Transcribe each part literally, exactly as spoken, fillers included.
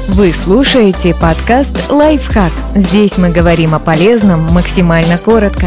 Вы слушаете подкаст «Лайфхак». Здесь мы говорим о полезном максимально коротко.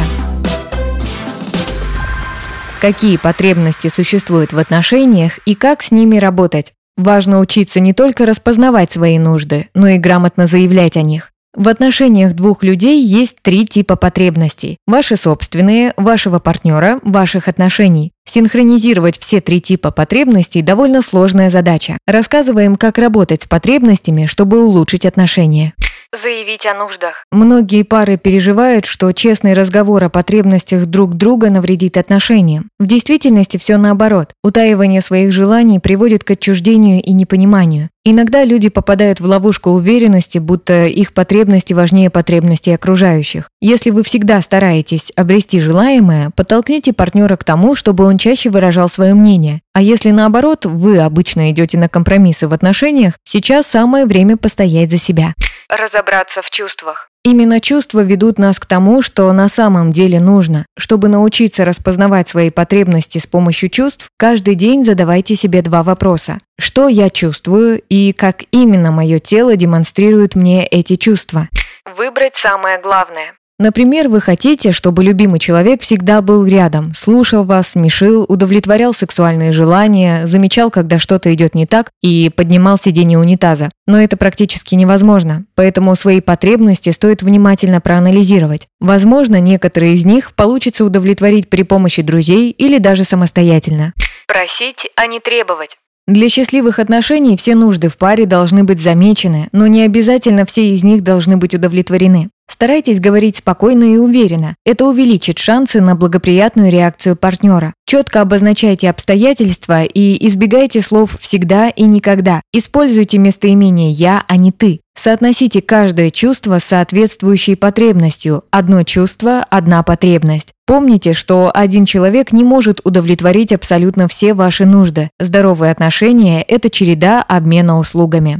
Какие потребности существуют в отношениях и как с ними работать? Важно учиться не только распознавать свои нужды, но и грамотно заявлять о них. В отношениях двух людей есть три типа потребностей. Ваши собственные, вашего партнера, ваших отношений. Синхронизировать все три типа потребностей – довольно сложная задача. Рассказываем, как работать с потребностями, чтобы улучшить отношения. Заявить о нуждах. Многие пары переживают, что честный разговор о потребностях друг друга навредит отношениям. В действительности все наоборот. Утаивание своих желаний приводит к отчуждению и непониманию. Иногда люди попадают в ловушку уверенности, будто их потребности важнее потребностей окружающих. Если вы всегда стараетесь обрести желаемое, подтолкните партнера к тому, чтобы он чаще выражал свое мнение. А если наоборот, вы обычно идете на компромиссы в отношениях, сейчас самое время постоять за себя. Разобраться в чувствах. Именно чувства ведут нас к тому, что на самом деле нужно. Чтобы научиться распознавать свои потребности с помощью чувств, каждый день задавайте себе два вопроса. Что я чувствую и как именно мое тело демонстрирует мне эти чувства? Выбрать самое главное. Например, вы хотите, чтобы любимый человек всегда был рядом, слушал вас, смешил, удовлетворял сексуальные желания, замечал, когда что-то идет не так, и поднимал сиденье унитаза. Но это практически невозможно, поэтому свои потребности стоит внимательно проанализировать. Возможно, некоторые из них получится удовлетворить при помощи друзей или даже самостоятельно. Просить, а не требовать. Для счастливых отношений все нужды в паре должны быть замечены, но не обязательно все из них должны быть удовлетворены. Старайтесь говорить спокойно и уверенно. Это увеличит шансы на благоприятную реакцию партнера. Четко обозначайте обстоятельства и избегайте слов «всегда» и «никогда». Используйте местоимение «я», а не «ты». Соотносите каждое чувство с соответствующей потребностью. Одно чувство – одна потребность. Помните, что один человек не может удовлетворить абсолютно все ваши нужды. Здоровые отношения – это череда обмена услугами.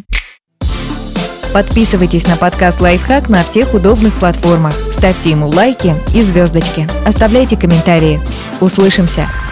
Подписывайтесь на подкаст «Лайфхак» на всех удобных платформах. Ставьте ему лайки и звездочки. Оставляйте комментарии. Услышимся!